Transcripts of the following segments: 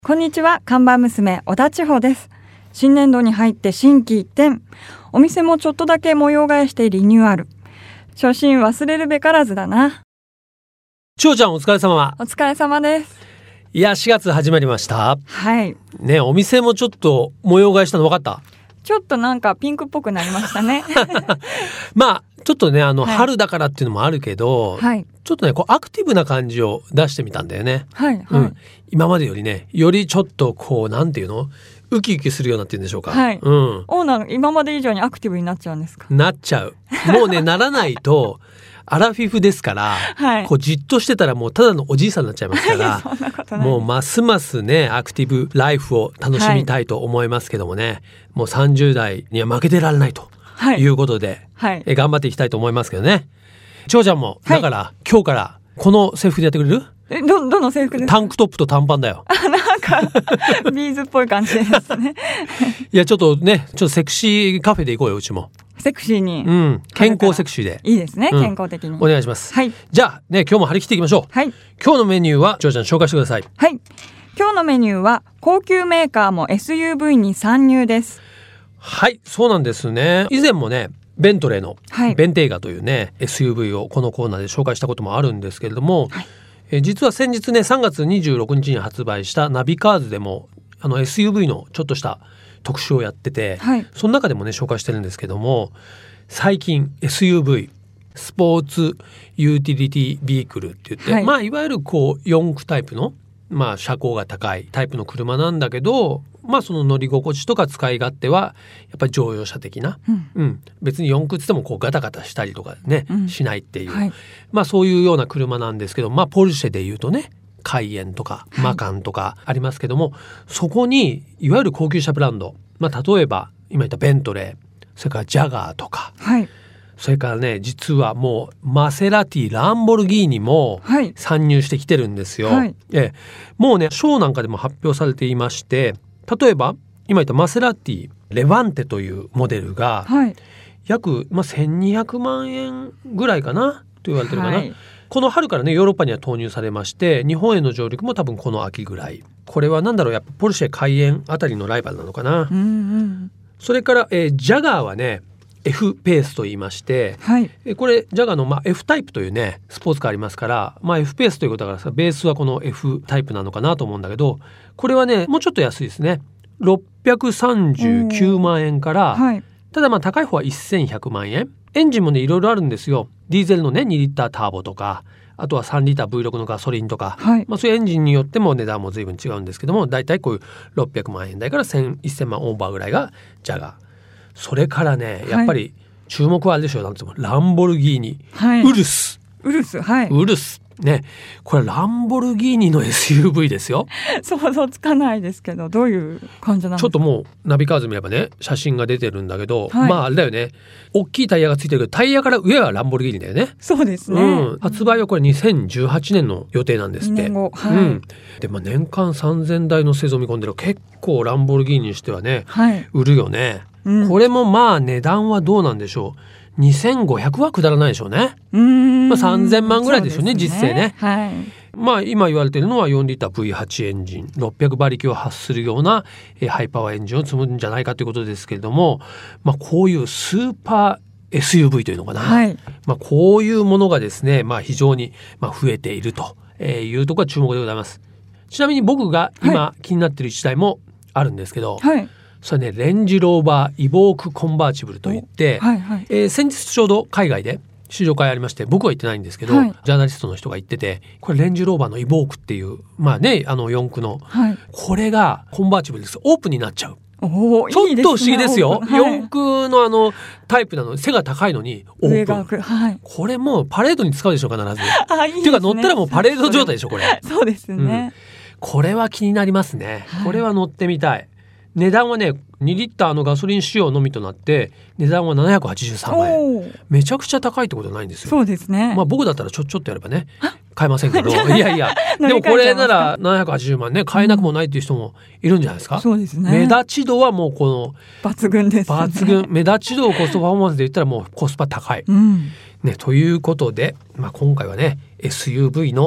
こんにちは、看板娘小田千穂です。新年度に入って心機一転、お店もちょっとだけ模様替えしてリニューアル。初心忘れるべからずだな。 千穂ちゃんお疲れ様。 お疲れ様です。 いや4月始まりました。 はいね、お店もちょっと模様替えしたの分かった？ ちょっとなんかピンクっぽくなりましたねまあちょっとねはい春だからっていうのもあるけど、 はいちょっとねこうアクティブな感じを出してみたんだよね。 はいはい、 今までよりねよりちょっとこうなんていうのウキウキするようなっていうんでしょうか。 はいオーナー今まで以上にアクティブになっちゃうんですか？ なっちゃう。もうねならないとアラフィフですから、 はいこうじっとしてたらもうただのおじいさんになっちゃいますからそんなことない。 もうますますねアクティブライフを楽しみたいと思いますけどもね、もう30代には負けてられないということで、 はい頑張っていきたいと思いますけどね。千穂ちゃんも、 はいだから今日からこの制服でやってくれる？ どの制服ですか？ タンクトップと短パンだよ。 なんかビーズっぽい感じですねいやちょっとセクシーカフェで行こうようちも。 セクシーに、 健康セクシーでいいですね、健康的にお願いします。 はいじゃあね今日も張り切っていきましょう。 はい今日のメニューは千穂ちゃん紹介してください。 はい、今日のメニューは高級メーカーも SUV に参入です。 はいそうなんですね。以前もねベントレーのベンテーガというね、SUV をこのコーナーで紹介したこともあるんですけれども、実は先日ね3月26日に発売したナビカーズでもSUV のちょっとした特集をやってて、その中でもね紹介してるんですけども、最近 SUV スポーツユーティリティビークルって言って、いわゆるこう四駆タイプの、車高が高いタイプの車なんだけど、その乗り心地とか使い勝手はやっぱり乗用車的な、別に四駆っつってもこうガタガタしたりとかね、しないっていう、そういうような車なんですけど、ポルシェでいうとねカイエンとかマカンとかありますけども、そこにいわゆる高級車ブランド、例えば今言ったベントレー、それからジャガーとか、それからね実はもうマセラティ、ランボルギーニも参入してきてるんですよ。もうねショーなんかでも発表されていまして、例えば今言ったマセラティレバンテというモデルが約、1200万円ぐらいかなと言われてるかな。この春からねヨーロッパには投入されまして、日本への上陸も多分この秋ぐらい。これはなんだろう、やっぱポルシェ、カイエンあたりのライバルなのかな。それから、ジャガーはね F ペースと言いまして、これジャガーの、F タイプというねスポーツカーありますから、F ペースということだからさ、ベースはこの F タイプなのかなと思うんだけど、これはねもうちょっと安いですね。639万円から、ただ高い方は1100万円。エンジンもねいろいろあるんですよ。ディーゼルのね2リッターターボとか、あとは3リッター V6 のガソリンとか、そういうエンジンによっても値段も随分違うんですけども、だいたいこういう600万円台から1000万オーバーぐらいがジャガー。それからねやっぱり注目はあれでしょう、なんていうのランボルギーニ、ウルスね、これランボルギーニの SUV ですよ。 想像つかないですけど、どういう感じなんですか？ ちょっともうナビカーズ見ればね写真が出てるんだけど、あれだよね、大きいタイヤがついてるけどタイヤから上はランボルギーニだよね。 そうですね、 発売はこれ2018年の予定なんですって。で、年間3000台の製造見込んでる。結構ランボルギーニにしてはね、売るよね。これも値段はどうなんでしょう。2500はくだらないでしょうね。3000万ぐらいですよね、実勢ね。今言われているのは4リッター V8 エンジン、600馬力を発するようなハイパワーエンジンを積むんじゃないかということですけれども、こういうスーパー SUV というのかな、こういうものがですね、非常に増えているというところが注目でございます。ちなみに僕が今気になっている1台もあるんですけど、それねレンジローバーイボークコンバーチブルといって、先日ちょうど海外で試乗会ありまして、僕は行ってないんですけど、ジャーナリストの人が行ってて、これレンジローバーのイボークっていう四駆の、これがコンバーチブルです。オープンになっちゃう。ちょっと不思議ですよ。四駆のタイプなの、背が高いのにオープン、これもうパレードに使うでしょ必ず。っていうか乗ったらもうパレード状態でしょこれ。 そうですね、 これは気になりますね。これは乗ってみたい。値段はね2リッターのガソリン仕様のみとなって値段は783万円。めちゃくちゃ高いってことはないんですよ。 そうですね。 僕だったらちょっとやればね買えませんけどいやでもこれなら780万ね買えなくもないっていう人もいるんじゃないですか。 そうですね。 目立ち度はもうこの抜群ですね。 抜群。目立ち度をコストパフォーマンスで言ったらもうコスパ高い、ということで、今回はね SUV の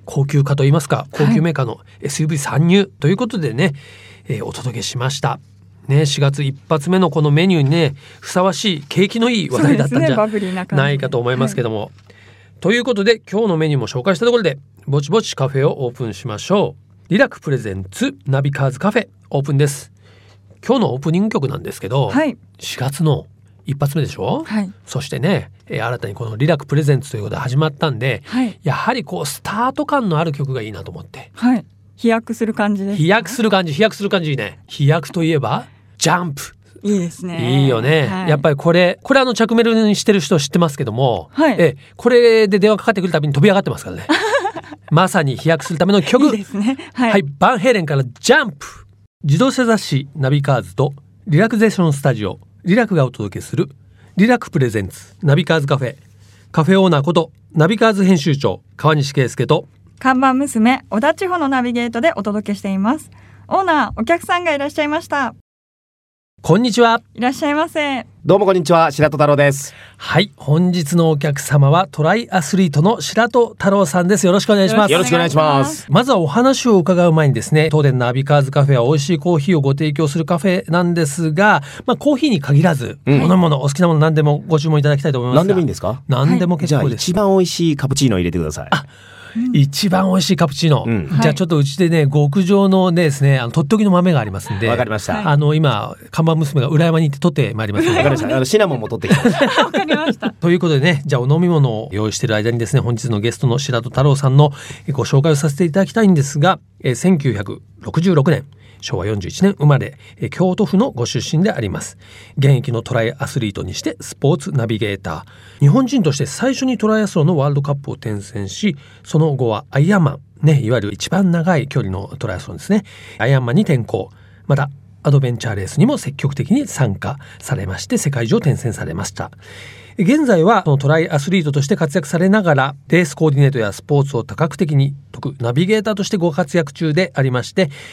高級化といいますか高級メーカーの SUV 参入ということでね、お届けしましたね。4月一発目のこのメニューにねふさわしい景気のいい話題だったんじゃないかと思いますけども、ということで今日のメニューも紹介したところでぼちぼちカフェをオープンしましょう。リラクプレゼンツナビカーズカフェオープンです。今日のオープニング曲なんですけど、4月の一発目でしょ、そしてね、新たにこのリラクプレゼンツということで始まったんで、やはりこうスタート感のある曲がいいなと思って、 飛躍する感じです、 飛躍する感じいいね。飛躍といえばジャンプいいですね。 いいよね、やっぱりこれ着メロにしてる人知ってますけども、これで電話かかってくるたびに飛び上がってますからねまさに飛躍するための曲。 いいですね。 バンヘイレンからジャンプ。自動車雑誌ナビカーズとリラクゼーションスタジオリラクがお届けするリラクプレゼンツナビカーズカフェ。カフェオーナーことナビカーズ編集長川西圭介と看板娘小田千穂のナビゲートでお届けしています。オーナー、お客さんがいらっしゃいました。 こんにちは。 いらっしゃいませ。 どうもこんにちは、白戸太郎です。 はい、本日のお客様はトライアスリートの白戸太郎さんです。よろしくお願いします。 よろしくお願いします。 まずはお話を伺う前にですね、当店ナビカーズカフェは美味しいコーヒーをご提供するカフェなんですが、コーヒーに限らず、お飲み物お好きなもの何でもご注文いただきたいと思いますが。 何でもいいんですか？ 何でも結構です。 じゃあ一番美味しいカプチーノを入れてください。 一番美味しいカプチーノ、じゃあちょっとうちでね極上のですねとっておきの豆がありますんで。 わかりました。 今看板娘が裏山に行って取ってまいりますので。 わかりました。シナモンも取ってきましたわかりました。 ということでね、じゃあお飲み物を用意している間にですね、本日のゲストの白戸太郎さんのご紹介をさせていただきたいんですが、1966年昭和41年生まれ、京都府のご出身であります。現役のトライアスリートにしてスポーツナビゲーター、日本人として最初にトライアスロンのワールドカップを転戦し、その後はアイアンマン、いわゆる一番長い距離のトライアスロンですね、アイアンマンに転向。またアドベンチャーレースにも積極的に参加されまして世界中を転戦されました。現在はトライアスリートとして活躍されながらレースコーディネートやスポーツを多角的に解くナビゲーターとしてご活躍中でありまして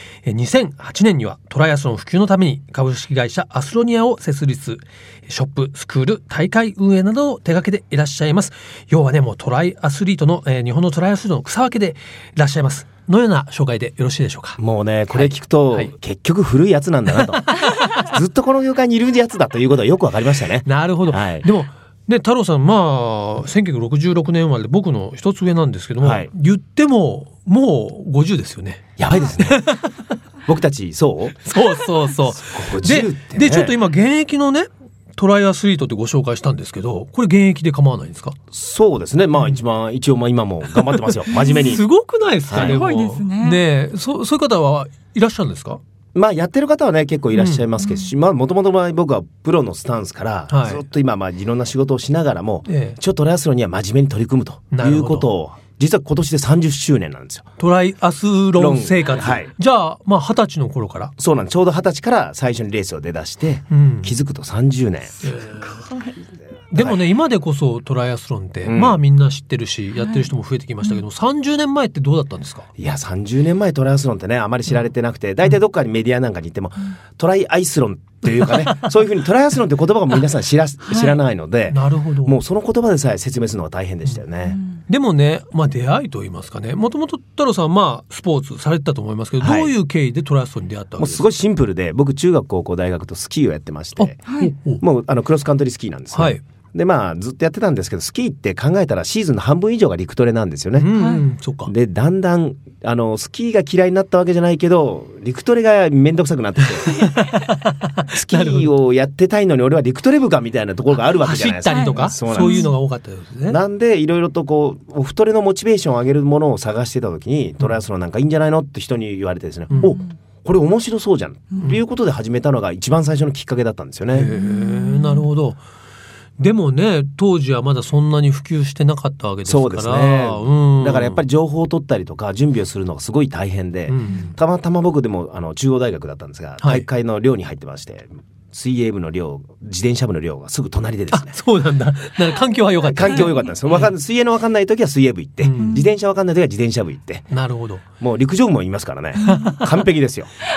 、2008年にはトライアスロン普及のために株式会社アスロニアを設立、ショップ、スクール、大会運営などを手掛けていらっしゃいます。要はね、もうトライアスリートの、日本のトライアスリートの草分けでいらっしゃいますのような紹介でよろしいでしょうか。 もうね、これ聞くと、結局古いやつなんだなとずっとこの業界にいるやつだということはよくわかりましたね。 なるほど、でもね、太郎さん、1966年生まれで僕の一つ上なんですけども、言ってももう50ですよね。 やばいですね僕たちそうでちょっと今現役のねトライアスリートってご紹介したんですけど、これ現役で構わないんですか？ そうですね、一応今も頑張ってますよ真面目にすごくないですか？ すごいですね。 そういう方はいらっしゃるんですか？ やってる方はね結構いらっしゃいますけど、もともと僕はプロのスタンスから、ずっと今いろんな仕事をしながらも、トライアスロンには真面目に取り組むということを、実は今年で30周年なんですよ、 トライアスロン生活。じゃあ20歳の頃から。 そうなんです。ちょうど20歳から最初にレースを出だして、気づくと30年。 でもね、今でこそトライアスロンってみんな知ってるし、やってる人も増えてきましたけど、30年前ってどうだったんですか？ いや30年前トライアスロンってねあまり知られてなくて、大体どっかにメディアなんかに行っても、トライアイスロンっていうかねそういうふうにトライアスロンって言葉が皆さん知らないので、 なるほど、 もうその言葉でさえ説明するのが大変でしたよね。 でもね、出会いと言いますかね、もともと太郎さんスポーツされてたと思いますけど、どういう経緯でトライアスロンに出会ったわけですか？ もうすごいシンプルで、僕中学高校大学とスキーをやってまして、もうクロスカントリースキーなんですね。でずっとやってたんですけど、スキーって考えたらシーズンの半分以上が陸トレなんですよね。でだんだんスキーが嫌いになったわけじゃないけど、陸トレがめんどくさくなってきてスキーをやってたいのに俺は陸トレ部かみたいなところがあるわけじゃないですか。 走ったりとか、そういうのが多かったですね。 なんでいろいろとオフトレのモチベーションを上げるものを探してた時に、トライアスロンなんかいいんじゃないのって人に言われてですね、これ面白そうじゃん、ということで始めたのが一番最初のきっかけだったんですよね。 なるほど。でもね、当時はまだそんなに普及してなかったわけですから。 そうですね、だからやっぱり情報を取ったりとか準備をするのがすごい大変で、たまたま僕でも中央大学だったんですが、大会の寮に入ってまして、水泳部の寮、自転車部の寮がすぐ隣でですね。 そうなんだ。環境は良かった。 環境は良かったんです。水泳の分かんない時は水泳部行って、自転車分かんない時は自転車部行って。 なるほど。 もう陸上部もいますからね完璧ですよ。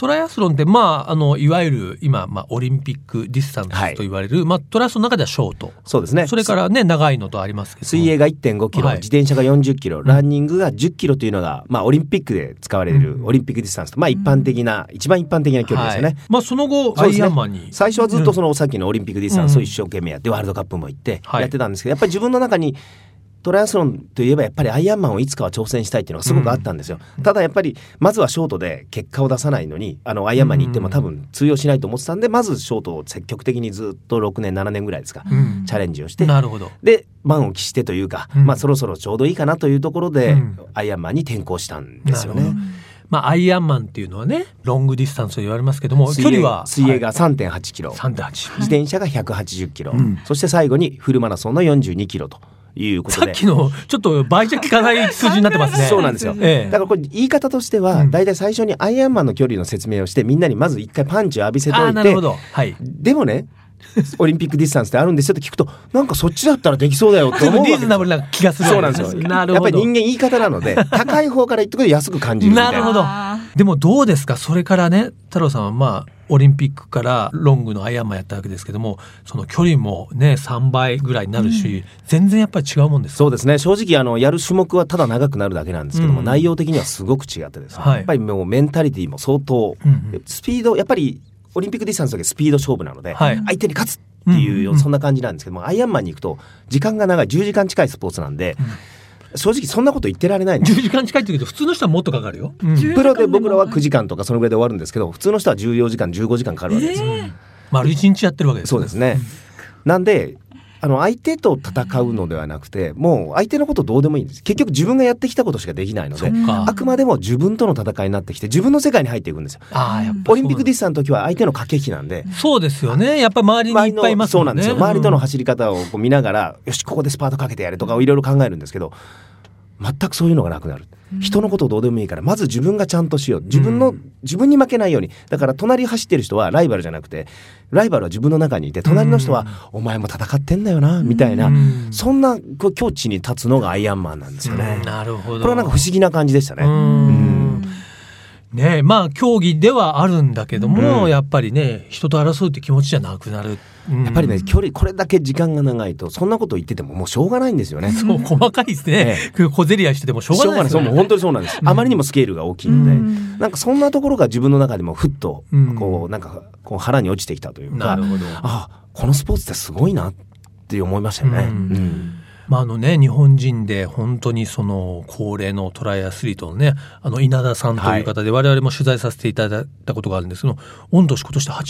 トライアスロンって、いわゆる今、オリンピックディスタンスと言われる、トライアスロンの中ではショート、 そうですね、 それからね長いのとありますけど、 水泳が 1.5 キロ、自転車が40キロ、ランニングが10キロというのが、オリンピックで使われるオリンピックディスタンスと、一番的な一番一般的な距離ですよね。 その後アイアンマンに、 最初はずっとそのさっきのオリンピックディスタンスを一生懸命やって、ワールドカップも行ってやってたんですけど、やっぱり自分の中にトライアスロンといえばやっぱりアイアンマンをいつかは挑戦したいっていうのがすごくあったんですよ。ただやっぱりまずはショートで結果を出さないのにアイアンマンに行っても多分通用しないと思ってたんで、まずショートを積極的にずっと6年7年ぐらいですか、チャレンジをして、 なるほど、 で満を期してというか、そろそろちょうどいいかなというところで、アイアンマンに転向したんですよね。 アイアンマンっていうのはねロングディスタンスと言われますけども、距離は水泳が 3.8 キロ、自転車が180キロ、そして最後にフルマラソンの42キロということで、 さっきのちょっと倍じゃ効かない数字になってますね。 そうなんですよ、だからこれ言い方としては、だいたい最初にアイアンマンの距離の説明をして、みんなにまず一回パンチを浴びせといて、 なるほど、 でもねオリンピックディスタンスってあるんですよって聞くと、なんかそっちだったらできそうだよって思うわけです。 リーズナブルな気がする。 そうなんですよ。やっぱり人間言い方なので高い方から言ってくると安く感じるみたいな。 なるほど。でもどうですか、それからね太郎さんはオリンピックからロングのアイアンマンやったわけですけども、その距離もね3倍ぐらいになるし、全然やっぱり違うもんですか。 そうですね、正直やる種目はただ長くなるだけなんですけども、内容的にはすごく違ってですね、やっぱりもうメンタリティも相当、スピード、やっぱりオリンピックディスタンスだけスピード勝負なので、相手に勝つっていう、そんな感じなんですけども、アイアンマンに行くと時間が長い、10時間近いスポーツなんで、正直そんなこと言ってられないんです。 10時間近いって言うと普通の人はもっとかかるよ、 プロで僕らは9時間とかそのぐらいで終わるんですけど、普通の人は14時間15時間かかるわけです、 丸1日やってるわけです。 そうですね、なんで相手と戦うのではなくて、もう相手のことどうでもいいんです。結局自分がやってきたことしかできないので、あくまでも自分との戦いになってきて、自分の世界に入っていくんですよ。オリンピックディスタンスの時は相手の駆け引きなんで。 そうですよね、やっぱり周りにいっぱいいますもんね。 そうなんですよ、周りとの走り方をこう見ながら、よしここでスパートかけてやれとかいろいろ考えるんですけど、全くそういうのがなくなる。人のことどうでもいいから、まず自分がちゃんとしよう、自分に負けないように。だから隣走ってる人はライバルじゃなくて、ライバルは自分の中にいて、隣の人はお前も戦ってんだよなみたいな、そんな境地に立つのがアイアンマンなんですよね。 なるほど。 これはなんか不思議な感じでしたね。 ね、競技ではあるんだけども、やっぱりね人と争うって気持ちじゃなくなる。 やっぱりね、距離これだけ時間が長いとそんなこと言っててももうしょうがないんですよね。 そう、細かいですね、小競り合いしててもしょうがないですよね。 もう本当にそうなんです、あまりにもスケールが大きいので、なんかそんなところが自分の中でもふっとこうなんかこう腹に落ちてきたというか、このスポーツってすごいなって思いましたよね。 日本人で本当にその高齢のトライアスリートのね稲田さんという方で、我々も取材させていただいたことがあるんですけど、御年今年で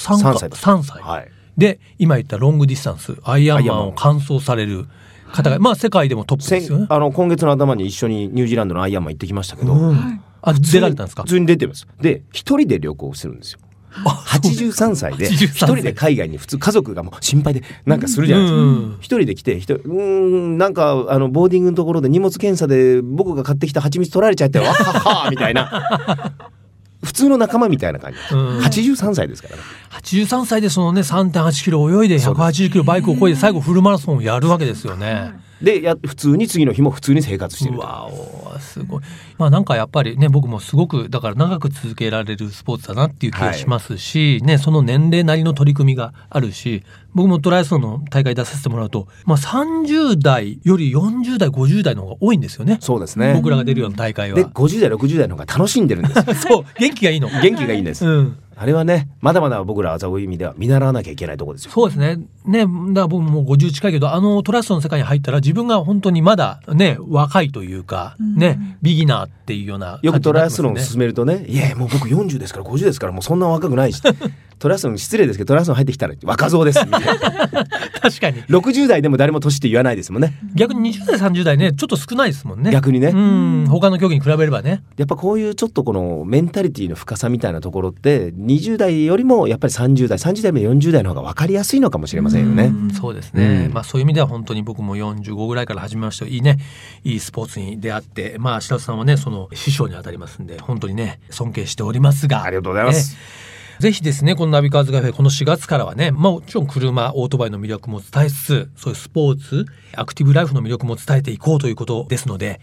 83歳で、今言ったロングディスタンスアイアンマンを完走される方が、世界でもトップですよね。 今月の頭に一緒にニュージーランドのアイアンマン行ってきましたけど、 出られたんですか。 普通に出てます。で一人で旅行するんですよ。83歳で一人で海外に、普通家族がもう心配でなんかするじゃないですか。一人で来て、なんかボーディングのところで荷物検査で僕が買ってきた蜂蜜取られちゃってわははみたいな普通の仲間みたいな感じ。83歳ですからね。 83歳でそのね 3.8 キロ泳いで180キロバイクを越えて最後フルマラソンをやるわけですよね。 で普通に次の日も普通に生活してる。 わお、すごい。なんかやっぱりね、僕もすごくだから長く続けられるスポーツだなっていう気がしますし、その年齢なりの取り組みがあるし、僕もトライアスロンの大会出させてもらうと、30代より40代50代の方が多いんですよね。 そうですね。 僕らが出るような大会は。で 50代60代の方が楽しんでるんですそう元気がいいの。 元気がいいんです、あれはね、まだまだ僕らはそういう意味では見習わなきゃいけないところですよ。 そうですね。だから僕も50近いけど、トライアスロンの世界に入ったら自分が本当にまだね若いというか、ビギナーっていうような感じになってますね。 よくトライアスロンを進めるとね、いやもう僕40ですから50ですからもうそんな若くないしトライアスロン失礼ですけど、トライアスロン入ってきたら若造ですみたいな確かに 60代でも誰も年って言わないですもんね。 逆に20代30代ねちょっと少ないですもんね。 逆にね、 他の競技に比べればね。 やっぱこういうちょっとこのメンタリティの深さみたいなところって20代よりもやっぱり30代目40代の方が分かりやすいのかもしれませんよね。 そうですね、そういう意味では本当に僕も45ぐらいから始めました。いいスポーツに出会って、白田さんはねその師匠にあたりますんで本当にね尊敬しておりますが、 ありがとうございます、 ぜひですねこのナビカーズカフェこの4月からはね、もちろん車オートバイの魅力も伝えつつ、そういうスポーツアクティブライフの魅力も伝えていこうということですので、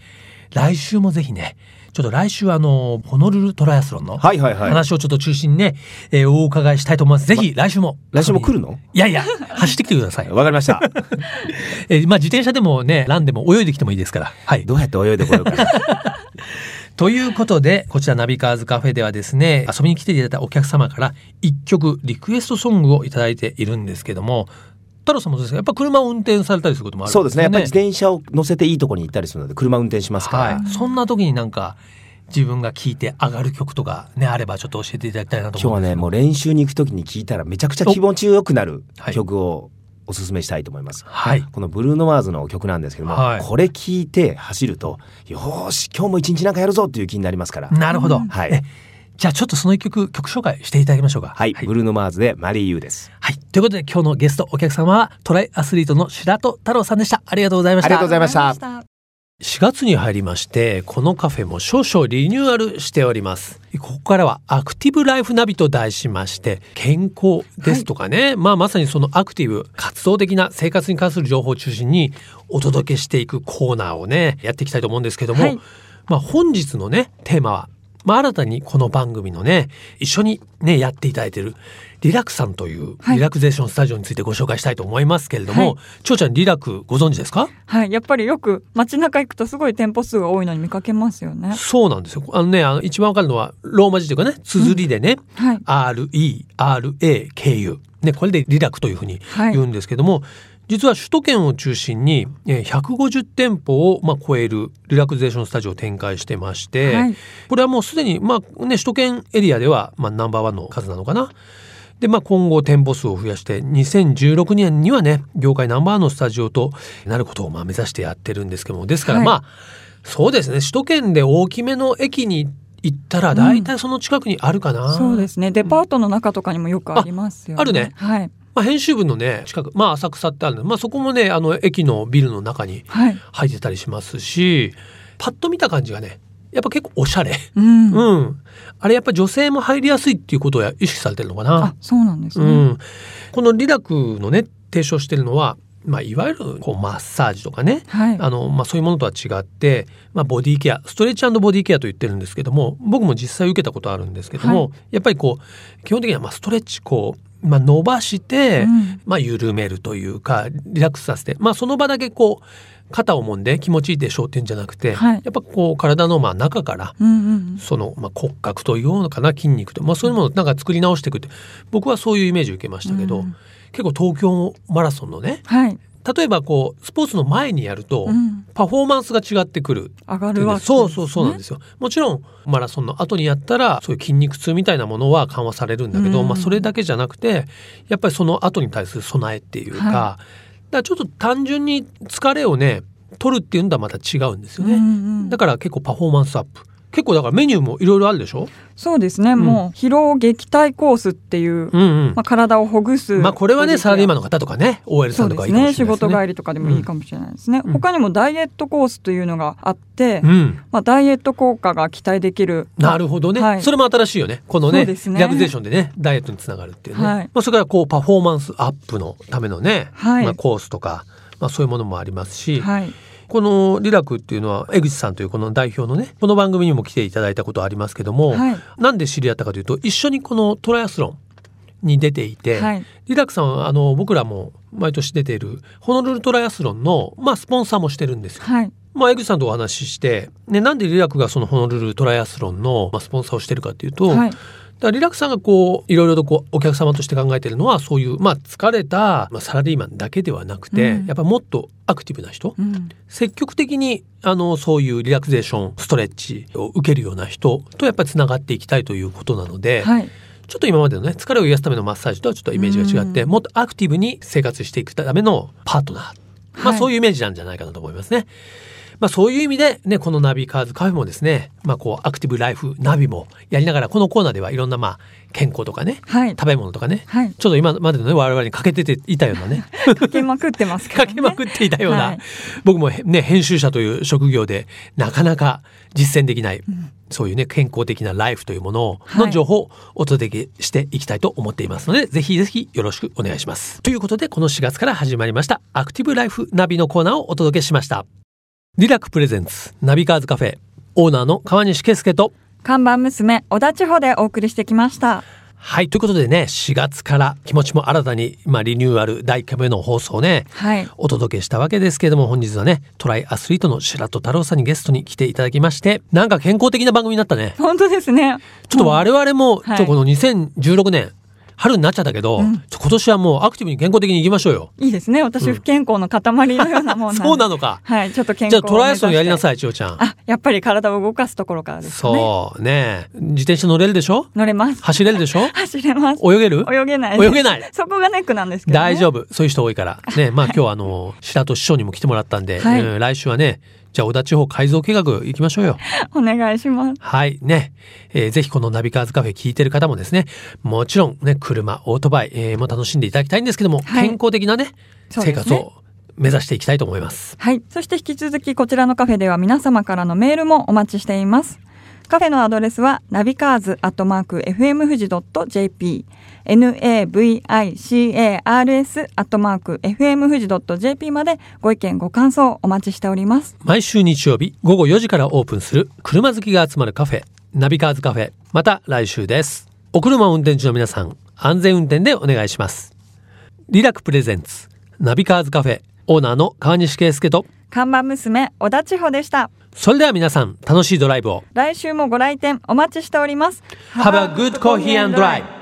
来週もぜひね、ちょっと来週ホノルルトライアスロンの話をちょっと中心にね、お伺いしたいと思います。ぜひ来週も来るの？ いやいや、走ってきてください。 わかりました。 自転車でもね、ランでも泳いできてもいいですから。はい。 どうやって泳いでこようかな。 ということで、こちらナビカーズカフェではですね、遊びに来ていただいたお客様から1曲リクエストソングをいただいているんですけども、太郎さんもですね、やっぱ車を運転されたりすることもあるんですよね。 そうですね。やっぱり自転車を乗せていいところに行ったりするので車運転しますから、 そんな時になんか自分が聴いて上がる曲とかね、あればちょっと教えていただきたいなと思うんです。 今日はね、もう練習に行く時に聴いたらめちゃくちゃ気持ちよくなる曲をおすすめしたいと思います。はい、このブルーノ・マーズの曲なんですけども、これ聴いて走ると、よーし今日も一日なんかやるぞっていう気になりますから。 なるほど。はい。じゃあちょっとその一曲紹介していただきましょうか。 はい、ブルーノ・マーズでマリー・ユーです。 はい。ということで今日のゲストお客様はトライアスリートの白戸太郎さんでした。ありがとうございました。 ありがとうございました。 4月に入りまして、このカフェも少々リニューアルしております。ここからはアクティブライフナビと題しまして、健康ですとかね、まさにそのアクティブ活動的な生活に関する情報を中心にお届けしていくコーナーをね、やっていきたいと思うんですけども、本日のねテーマは、新たにこの番組のね、一緒にねやっていただいているリラクさんというリラクゼーションスタジオについてご紹介したいと思いますけれども、ちょうちゃん、リラクご存知ですか？ はい、やっぱりよく街中行くとすごい店舗数が多いのに見かけますよね。 そうなんですよ。一番わかるのはローマ字というかね、綴りでね、RERAKU ね、これでリラクというふうに言うんですけども、実は首都圏を中心に150店舗を超えるリラクゼーションスタジオを展開してまして、これはもうすでに首都圏エリアではナンバーワンの数なのかな。で今後店舗数を増やして2016年にはね、業界ナンバーワンのスタジオとなることを目指してやってるんですけども、ですからそうですね、首都圏で大きめの駅に行ったら大体その近くにあるかな。 そうですね、デパートの中とかにもよくありますよね。 あるね。 はい。 編集部のね近く、浅草ってあるので、そこもね駅のビルの中に入ってたりしますし、パッと見た感じがねやっぱ結構おしゃれ、あれやっぱ女性も入りやすいっていうことを意識されてるのかな。 あ、そうなんですね。 このリラクのね提唱してるのは、いわゆるマッサージとかね、そういうものとは違って、ボディケア、ストレッチ&ボディケアと言ってるんですけども、僕も実際受けたことあるんですけども、やっぱり基本的にはストレッチ伸ばして、緩めるというかリラックスさせて、その場だけ肩を揉んで気持ちいいでしょうっていうんじゃなくて、やっぱ体の中から、その骨格というのかな、筋肉と、そういうものをなんか作り直していくって、僕はそういうイメージを受けましたけど、結構東京マラソンのね、例えばスポーツの前にやると、パフォーマンスが違ってくる、 上がるわけですね。 そうなんですよ。もちろんマラソンの後にやったらそういう筋肉痛みたいなものは緩和されるんだけど、それだけじゃなくて、やっぱりその後に対する備えっていうか、だからちょっと単純に疲れをね取るっていうのとはまた違うんですよね。だから結構パフォーマンスアップ、結構だからメニューもいろいろあるでしょ。 そうですね、もう疲労撃退コースっていう、体をほぐす、 これはねサラリーマンの方とかね OL さんとかいいかもしれないですね。仕事帰りとかでもいいかもしれないですね。他にもダイエットコースというのがあって、ダイエット効果が期待できる。 なるほどね、それも新しいよね。このねリラクゼーションでねダイエットにつながるっていうね、それからパフォーマンスアップのためのね、コースとか、そういうものもありますし、このリラクっていうのは江口さんというこの代表のね、この番組にも来ていただいたことありますけども、なんで知り合ったかというと、一緒にこのトライアスロンに出ていて、リラクさんは僕らも毎年出ているホノルルトライアスロンの、スポンサーもしてるんですよ。江口さんとお話しして、なんでリラクがそのホノルルトライアスロンの、スポンサーをしてるかというと、だからリラクさんがいろいろとお客様として考えているのは、そういう、疲れた、サラリーマンだけではなくて、やっぱもっとアクティブな人、積極的にそういうリラクゼーションストレッチを受けるような人とやっぱりつながっていきたいということなので、ちょっと今までのね疲れを癒すためのマッサージとはちょっとイメージが違って、もっとアクティブに生活していくためのパートナー、そういうイメージなんじゃないかなと思いますね。そういう意味でね、このナビカーズカフェもですね、アクティブライフナビもやりながら、このコーナーではいろんな健康とかね、食べ物とかね、ちょっと今までのね我々にかけていたようなねかけまくってますからね。 かけまくっていたような、僕もね編集者という職業でなかなか実践できない、そういうね健康的なライフというものの情報をお届けしていきたいと思っていますので、ぜひぜひよろしくお願いします。ということで、この4月から始まりましたアクティブライフナビのコーナーをお届けしました。 リラクプレゼンツナビカーズカフェ、オーナーの川西圭介と看板娘小田千穂でお送りしてきました。 はい、ということでね、4月から気持ちも新たに、リニューアル第1回目の放送をね、お届けしたわけですけれども、本日はねトライアスリートの白戸太郎さんにゲストに来ていただきまして、なんか健康的な番組になったね。 本当ですね。 ちょっと我々も、この2016年春になっちゃったけど、今年はもうアクティブに健康的にいきましょうよ。 いいですね。私不健康の塊のようなもんなんでそうなのか。 はい、ちょっと健康をじゃあトライアスロンやりなさい、千代ちゃん。 やっぱり体を動かすところからですね。 そうね。自転車乗れるでしょ？ 乗れます。 走れるでしょ？ 走れます。 泳げる？ 泳げないです。 泳げない。 そこがネックなんですけどね。 大丈夫。そういう人多いからね。今日は白戸師匠にも来てもらったんで、来週はね、じゃあ小田地方改造計画行きましょうよ。 お願いします。 はいね、ぜひこのナビカーズカフェ聞いてる方もですね、もちろんね車オートバイ、も楽しんでいただきたいんですけども、健康的なね生活を目指していきたいと思います。 はい。そして引き続きこちらのカフェでは皆様からのメールもお待ちしています。カフェのアドレスはナビカーズ@fm富士.jp navicars@fm富士.jp までご意見ご感想お待ちしております。 毎週日曜日午後4時からオープンする車好きが集まるカフェ、ナビカーズカフェ、また来週です。お車を運転中の皆さん、安全運転でお願いします。リラクプレゼンツナビカーズカフェ、オーナーの川西圭介と看板娘小田千穂でした。 それでは皆さん、楽しいドライブを。 来週もご来店お待ちしております。 Have a good coffee and drive.